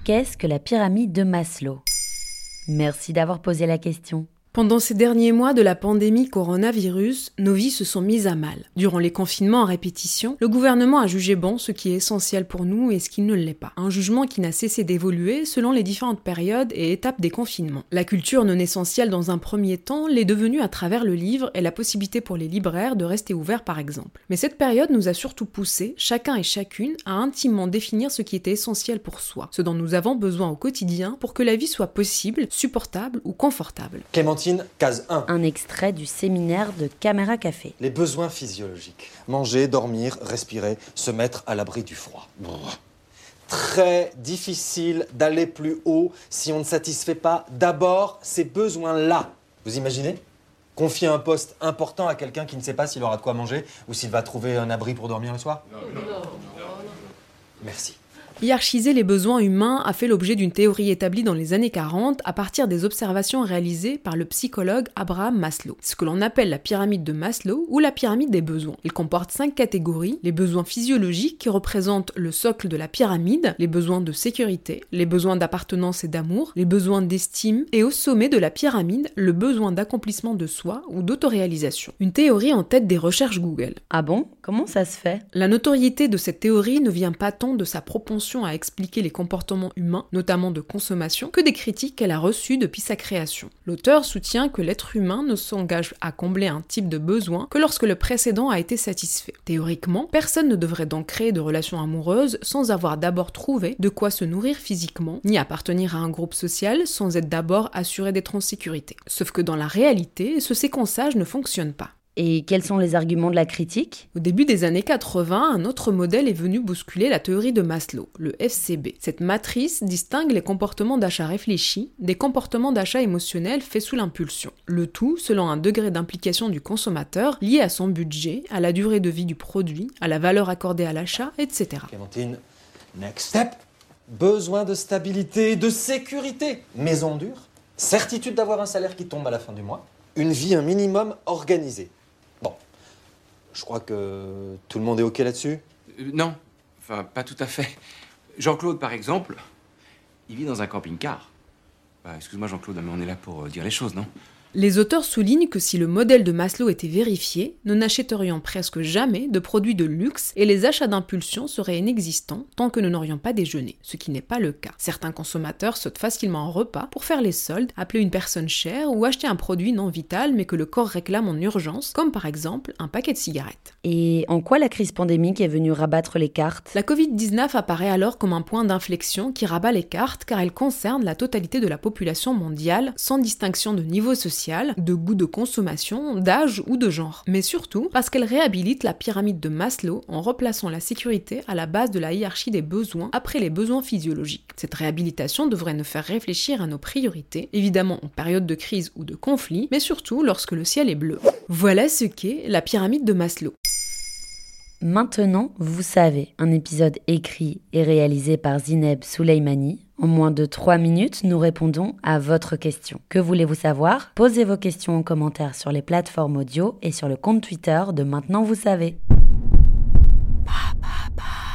Qu'est-ce que la pyramide de Maslow ? Merci d'avoir posé la question. Pendant ces derniers mois de la pandémie coronavirus, nos vies se sont mises à mal. Durant les confinements à répétition, le gouvernement a jugé bon ce qui est essentiel pour nous et ce qui ne l'est pas. Un jugement qui n'a cessé d'évoluer selon les différentes périodes et étapes des confinements. La culture non essentielle dans un premier temps l'est devenue à travers le livre et la possibilité pour les libraires de rester ouverts par exemple. Mais cette période nous a surtout poussé, chacun et chacune, à intimement définir ce qui était essentiel pour soi, ce dont nous avons besoin au quotidien pour que la vie soit possible, supportable ou confortable. Clémentine, case 1. Un extrait du séminaire de Caméra Café. Les besoins physiologiques. Manger, dormir, respirer, se mettre à l'abri du froid. Très difficile d'aller plus haut si on ne satisfait pas d'abord ces besoins-là. Vous imaginez ? Confier un poste important à quelqu'un qui ne sait pas s'il aura de quoi manger ou s'il va trouver un abri pour dormir le soir ? Non. Merci. Hiérarchiser les besoins humains a fait l'objet d'une théorie établie dans les années 40 à partir des observations réalisées par le psychologue Abraham Maslow. Ce que l'on appelle la pyramide de Maslow ou la pyramide des besoins. Il comporte 5 catégories, les besoins physiologiques qui représentent le socle de la pyramide, les besoins de sécurité, les besoins d'appartenance et d'amour, les besoins d'estime et au sommet de la pyramide, le besoin d'accomplissement de soi ou d'autoréalisation. Une théorie en tête des recherches Google. Ah bon ? Comment ça se fait ? La notoriété de cette théorie ne vient pas tant de sa propension à expliquer les comportements humains, notamment de consommation, que des critiques qu'elle a reçues depuis sa création. L'auteur soutient que l'être humain ne s'engage à combler un type de besoin que lorsque le précédent a été satisfait. Théoriquement, personne ne devrait donc créer de relations amoureuses sans avoir d'abord trouvé de quoi se nourrir physiquement, ni appartenir à un groupe social sans être d'abord assuré d'être en sécurité. Sauf que dans la réalité, ce séquençage ne fonctionne pas. Et quels sont les arguments de la critique ? Au début des années 80, un autre modèle est venu bousculer la théorie de Maslow, le FCB. Cette matrice distingue les comportements d'achat réfléchis des comportements d'achat émotionnels faits sous l'impulsion. Le tout selon un degré d'implication du consommateur lié à son budget, à la durée de vie du produit, à la valeur accordée à l'achat, etc. Clémentine, next step. Besoin de stabilité, de sécurité. Maison dure, certitude d'avoir un salaire qui tombe à la fin du mois, une vie un minimum organisée. Bon, je crois que tout le monde est OK là-dessus ? Non, enfin, pas tout à fait. Jean-Claude, par exemple, il vit dans un camping-car. Bah, excuse-moi, Jean-Claude, mais on est là pour dire les choses, non ? Les auteurs soulignent que si le modèle de Maslow était vérifié, nous n'achèterions presque jamais de produits de luxe et les achats d'impulsion seraient inexistants tant que nous n'aurions pas déjeuné, ce qui n'est pas le cas. Certains consommateurs sautent facilement un repas pour faire les soldes, appeler une personne chère ou acheter un produit non vital mais que le corps réclame en urgence, comme par exemple un paquet de cigarettes. Et en quoi la crise pandémique est venue rabattre les cartes ? La Covid-19 apparaît alors comme un point d'inflexion qui rabat les cartes car elle concerne la totalité de la population mondiale, sans distinction de niveau social, de goût de consommation, d'âge ou de genre. Mais surtout parce qu'elle réhabilite la pyramide de Maslow en replaçant la sécurité à la base de la hiérarchie des besoins après les besoins physiologiques. Cette réhabilitation devrait nous faire réfléchir à nos priorités, évidemment en période de crise ou de conflit, mais surtout lorsque le ciel est bleu. Voilà ce qu'est la pyramide de Maslow. Maintenant, vous savez, un épisode écrit et réalisé par Zineb Souleymani. En moins de 3 minutes, nous répondons à votre question. Que voulez-vous savoir ? Posez vos questions en commentaire sur les plateformes audio et sur le compte Twitter de Maintenant Vous Savez.